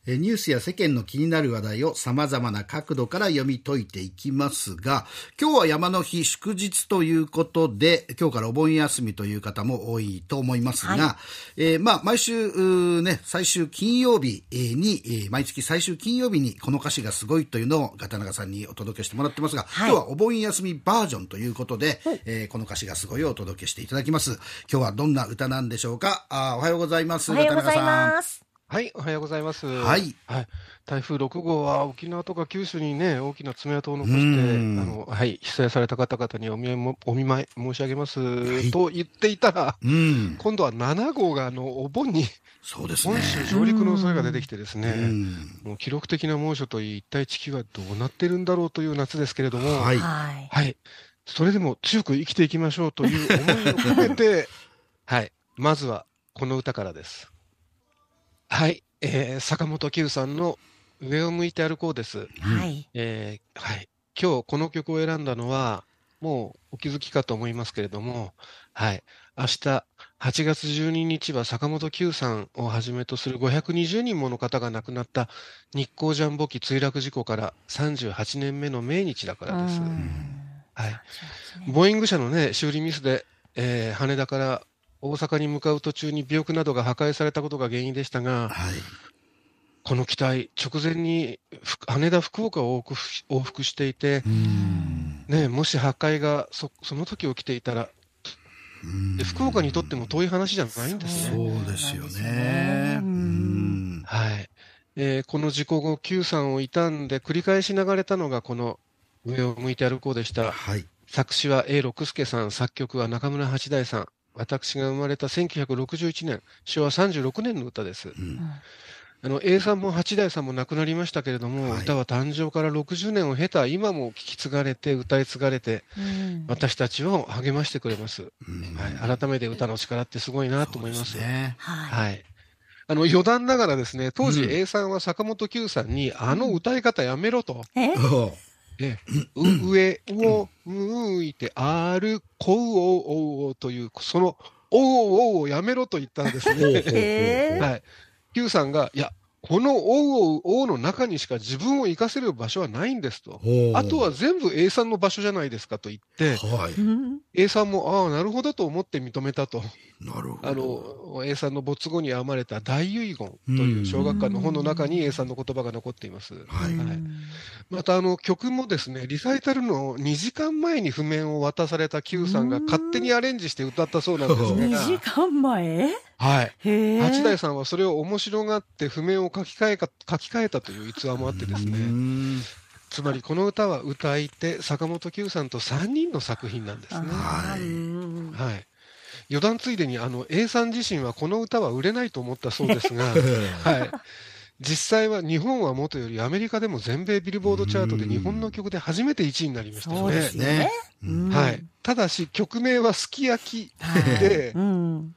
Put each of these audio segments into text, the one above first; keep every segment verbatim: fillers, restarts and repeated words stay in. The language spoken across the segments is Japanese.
ニュースや世間の気になる話題を様々な角度から読み解いていきますが、今日は山の日祝日ということで、今日からお盆休みという方も多いと思いますが、はい、えー、まあ毎週ね、最終金曜日に、毎月最終金曜日にこの歌詞がすごいというのをガタナガさんにお届けしてもらってますが、はい、今日はお盆休みバージョンということで、はいえー、この歌詞がすごいをお届けしていただきます。今日はどんな歌なんでしょうか。あ、おはようございます。 おはようございます。 はい、おはようございます。 はい。 はい、台風ろくごうは沖縄とか九州にね、大きな爪痕を残して、あの、はい、被災された方々にお見舞いも、お見舞い申し上げます、はい、と言っていたら、うん、今度はななごうがあのお盆に、 そうですね、 本州上陸の恐れが出てきてですね、もう記録的な猛暑といい、一体地球はどうなってるんだろうという夏ですけれども、はい。はい、それでも強く生きていきましょうという思いを込めて、はい、まずはこの歌からです。はい、えー、坂本九さんの上を向いて歩こうです。はい。えー、はい。今日この曲を選んだのは、もうお気づきかと思いますけれども、はい。明日、はちがつじゅうににちは坂本九さんをはじめとするごひゃくにじゅうにんもの方が亡くなった日航ジャンボ機墜落事故からさんじゅうはちねんめの命日だからです。はい。ボーイング社のね、修理ミスで、えー、羽田から大阪に向かう途中に尾翼などが破壊されたことが原因でしたが、はい、この機体、直前に羽田、福岡を往復していて、ね、もし破壊が そ, その時起きていたら、福岡にとっても遠い話じゃないんですね。 そうですよね。 はいえー、この事故後、九さんを悼んで繰り返し流れたのが、この上を向いて歩こうでした。はい、作詞は A 六輔さん、作曲は中村八大さん。私が生まれたせんきゅうひゃくろくじゅういちねん、しょわさんじゅうろくねんの歌です。うん、あの A さんも八大さんも亡くなりましたけれども、はい、歌は誕生からろくじゅうねんを経た今も聴き継がれて歌い継がれて、うん、私たちを励ましてくれます、うんはい。改めて歌の力ってすごいなと思います。ねはい、あの余談ながらですね、当時 A さんは坂本九さんに、うん、あの歌い方やめろと。ええ上を向いて歩こうという、そのおうおうをやめろと言ったらですね、えーはい、Q さんが、いや、このおうおうおうの中にしか自分を生かせる場所はないんですと。あとは全部 A さんの場所じゃないですかと言って、はい、A さんも、ああ、なるほどと思って認めたと。なるほど。あの、A さんの没後に編まれた大遺言という小学館の本の中に A さんの言葉が残っています。はいはい、また、あの、曲もですね、リサイタルのにじかんまえに譜面を渡された Q さんが勝手にアレンジして歌ったそうなんですが。 にじかんまえはい。八大さんはそれを面白がって譜面を書き換えか、書き換えたという逸話もあってですね。つまりこの歌は歌い手、坂本九さんとさんにんの作品なんですね。はい。はい。余談ついでに、あの、A さん自身はこの歌は売れないと思ったそうですが、はい。実際は日本はもとよりアメリカでも全米ビルボードチャートで日本の曲で初めていちいになりましたよね。そうですね。はい。ただし曲名はすき焼きで、うん、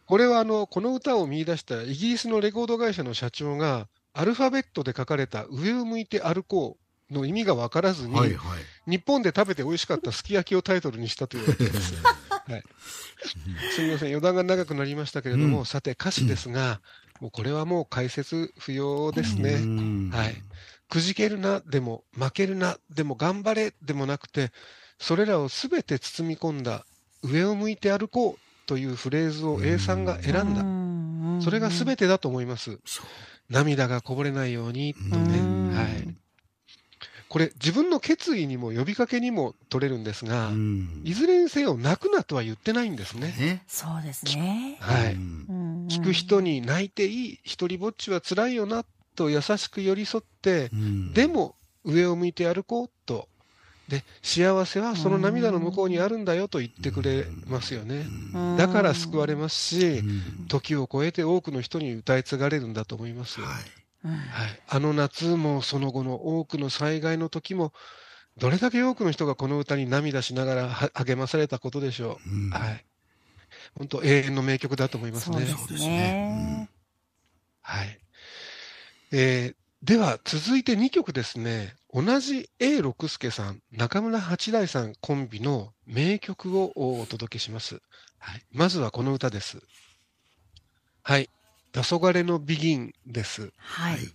これはあのこの歌を見出したイギリスのレコード会社の社長がアルファベットで書かれた上を向いて歩こうの意味が分からずに、はいはい、日本で食べて美味しかったすき焼きをタイトルにしたと言われています。はい、すみません、余談が長くなりましたけれども、うん、さて歌詞ですが、うん、もうこれはもう解説不要ですね。はい。くじけるなでも負けるなでも頑張れでもなくて、それらをすべて包み込んだ上を向いて歩こうというフレーズを A さんが選んだ。それがすべてだと思います。涙がこぼれないようにとね。はい。これ自分の決意にも呼びかけにも取れるんですが、いずれにせよ泣くなとは言ってないんですね。 そうですね。 はい。聞く人に泣いていい、一人ぼっちは辛いよなと優しく寄り添って、でも上を向いて歩こうと。で、幸せはその涙の向こうにあるんだよと言ってくれますよね。だから救われますし、時を超えて多くの人に歌い継がれるんだと思います。はいはい、あの夏もその後の多くの災害の時も、どれだけ多くの人がこの歌に涙しながら励まされたことでしょう。うん、はい。本当永遠の名曲だと思いますね。 そうですね。 はい。えー、では続いてにきょくですね。同じ A 六輔さん、中村八大さんコンビの名曲をお届けします。はい。まずはこの歌です。はい。黄昏のビギンです。はい。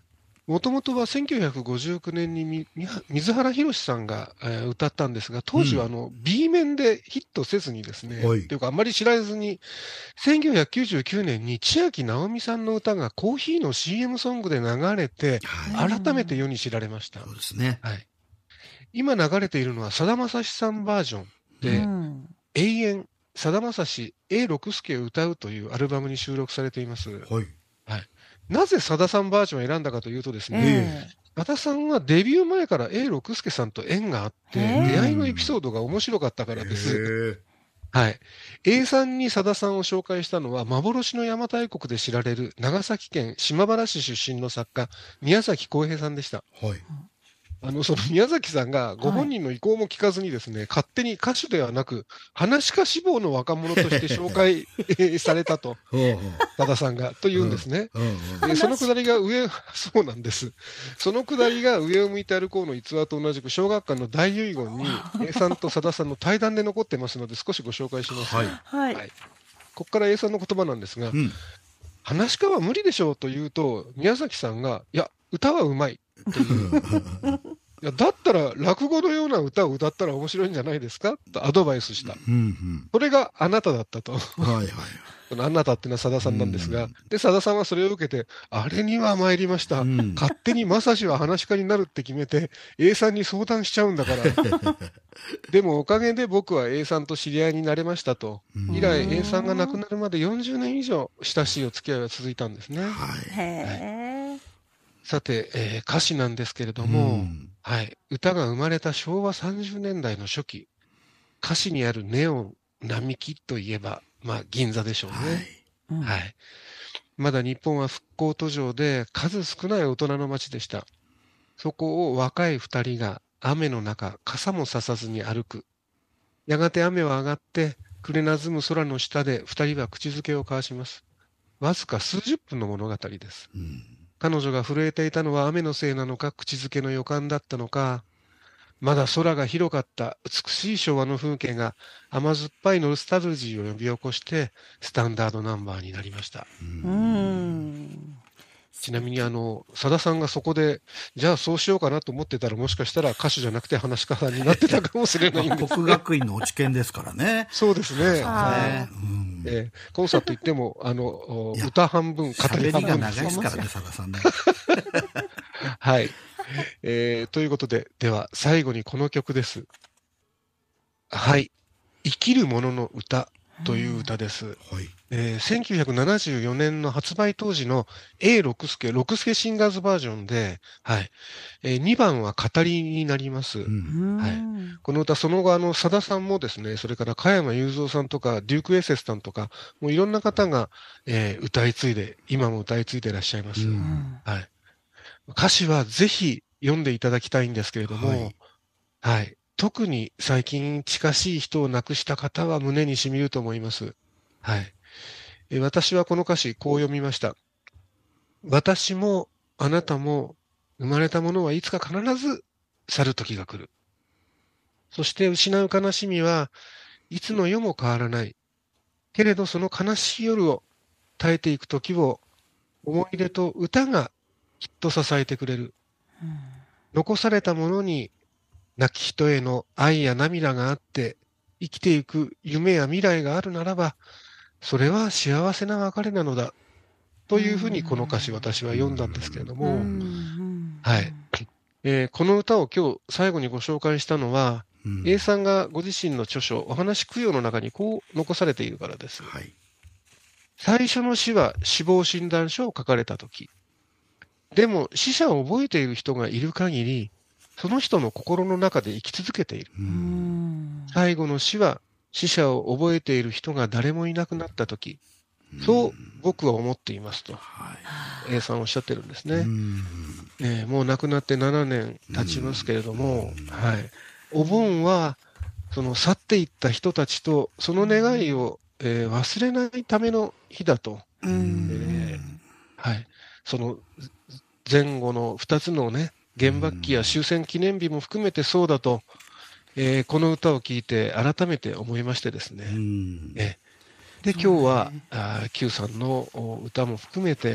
もともとはせんきゅうひゃくごじゅうきゅうねんにみみ水原弘さんが、えー歌ったんですが、当時はあの、B 面でヒットせずにですね、 はいというかあんまり知られずに、せんきゅうひゃくきゅうじゅうきゅうねんに千秋直美さんの歌がコーヒーの シーエム ソングで流れて、 はい。 改めて世に知られました。 そうですね。 はい。今流れているのはさだまさしさんバージョンうで、 ん。 永遠、さだまさし エーろく 助を歌うというアルバムに収録されています。 はい。 はい。なぜさださんバージョンを選んだかというとですね、 えさださんはデビュー前から エーろく 助さんと縁があって、 へー出会いのエピソードが面白かったからです。 へはい。A さんにさださんを紹介したのは、幻の邪馬台国で知られる長崎県島原市出身の作家、宮崎浩平さんでした。 ーはい。 あの、その宮崎さんがご本人の意向も聞かずにですね、勝手に歌手ではなく、話し家志望の若者として紹介えーされたと、 ほうほう。 さださんが、と言うんですね。 うんうん。 でそのくだりが上、そうなんです。そのくだりが上を向いて歩こうの逸話と同じく小学館の大遺言に、A さんとさださんの対談で残ってますので、少しご紹介します。 はい。 はい。 はいここから A さんの言葉なんですが、 うん。 話し家は無理でしょうと言うと、宮崎さんが、いや、歌はうまいという。いやだったら落語のような歌を歌ったら面白いんじゃないですかとアドバイスした。 うんうん。 それがあなただったと。 はいはい。 このあなたっていうのはさださんなんですがうん、 で、さださんはそれを受けて、あれには参りました。 うん勝手にまさしは話し家になるって決めて、A さんに相談しちゃうんだから。でもおかげで僕は A さんと知り合いになれましたと。 うん以来 A さんが亡くなるまでよんじゅうねん以上親しいお付き合いが続いたんですね。 はい。 へえ。 さて、えー歌詞なんですけれどうも、 んはい、歌が生まれたしょうわさんじゅうねんだいの初期、歌詞にあるネオン、並木といえば、まあ、銀座でしょうね。 はい。 うんはい。まだ日本は復興途上で数少ない大人の街でした。そこを若い二人が雨の中、傘もささずに歩く。やがて雨は上がって、暮れなずむ空の下で二人は口づけを交わします。わずか数十分の物語です。 うん彼女が震えていたのは雨のせいなのか、口づけの予感だったのか、まだ空が広かった美しい昭和の風景が甘酸っぱいノスタルジーを呼び起こして、スタンダードナンバーになりました。 うん。 ちなみに、あの、さださんがそこで、じゃあそうしようかなと思ってたら、もしかしたら歌手じゃなくて話し家さんになってたかもしれないんまあです。 国学院の落研ですからね。 そうですね。 はいねうんえーコンサート行っても、あの、おいや歌半分、語り喋りが半分です長いですからね、さださんね。 はい。えーということで、では最後にこの曲です。はい。生きる者の歌という歌です。 はい。 えーせんきゅうひゃくななじゅうよねんの発売当時の エーろく 助、ろく助シンガーズバージョンで、はい。えーにばんは語りになります。 うんはいうんこの歌、その後、あの、さださんもですね、それから加山雄三さんとか、デューク・エセスさんとか、もういろんな方が、えー歌い継いで、今も歌い継いでいらっしゃいます。 うんはい。歌詞はぜひ読んでいただきたいんですけれども、 はいはい。特に最近近しい人を亡くした方は胸に染みると思います。はい。えー私はこの歌詞、こう読みました。私もあなたも生まれたものはいつか必ず去る時が来る。そして失う悲しみはいつの世も変わらない。けれどその悲しい夜を耐えていく時を思い出と歌がきっと支えてくれる。残されたものに亡き人への愛や涙があって生きていく夢や未来があるならば、それは幸せな別れなのだ。というふうにこの歌詞私は読んだんですけれどうも、 んはい。えーこの歌を今日最後にご紹介したのは、 うん A さんがご自身の著書、お話供養の中にこう残されているからです。 はい。 最初の死は死亡診断書を書かれたとき。でも死者を覚えている人がいる限り、その人の心の中で生き続けている。 ううんん最後の死は死者を覚えている人が誰もいなくなったとき。そう僕は思っていますと、 は A さんおっしゃってるんですい。 ね。 うんえーもう亡くなってななねん経ちますけれども、はい。お盆は、その去っていった人たちと、その願いを、えー忘れないための日だと、 うんえーはい。その前後のふたつのね、原爆期や終戦記念日も含めてそうだと、えーこの歌を聴いて改めて思いましてですね。 うんえーで、今日は、あー Q さんのお歌も含めて、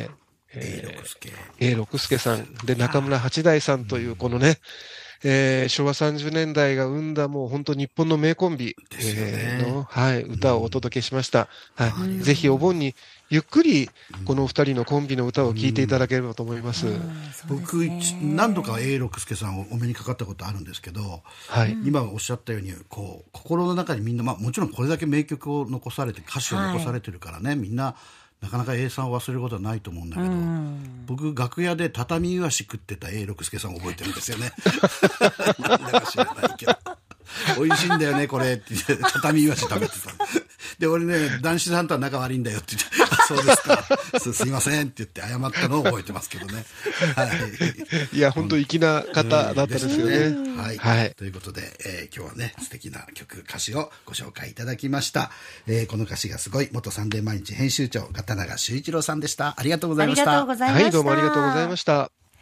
永六輔。 永六輔さん。で、中村八大さんという、このね、えー、昭和さんじゅうねんだいが生んだもう本当日本の名コンビ、 ですよねえーの、はい、歌をお届けしました。はい。ぜひお盆にゆっくりこのお二人のコンビの歌を聴いていただければと思います。 僕、何度か永六輔さんをお目にかかったことあるんですけど、 はい、 今おっしゃったように、こう、心の中にみんな、まあもちろんこれだけ名曲を残されて、歌詞を残されてるからね、はい、みんな、なかなか A さんを忘れることはないと思うんだけど、僕楽屋で畳いわし食ってた永六輔さんを覚えてるんですよね。なんだか知らないけど。美味しいんだよねこれって言って畳いわし食べてた。で俺ね男子さんとは仲悪いんだよって言ってあそうですか す, すいませんって言って謝ったのを覚えてますけどね。はい、 いや本当粋な方だったですよね。 うんねはい、 はい、 ということで、えー、今日はね素敵な曲歌詞をご紹介いただきました。えー、この歌詞がすごい元サンデー毎日編集長片永修一郎さんでした。ありがとうございました。 ありがとうございました。 はい、どうもありがとうございました。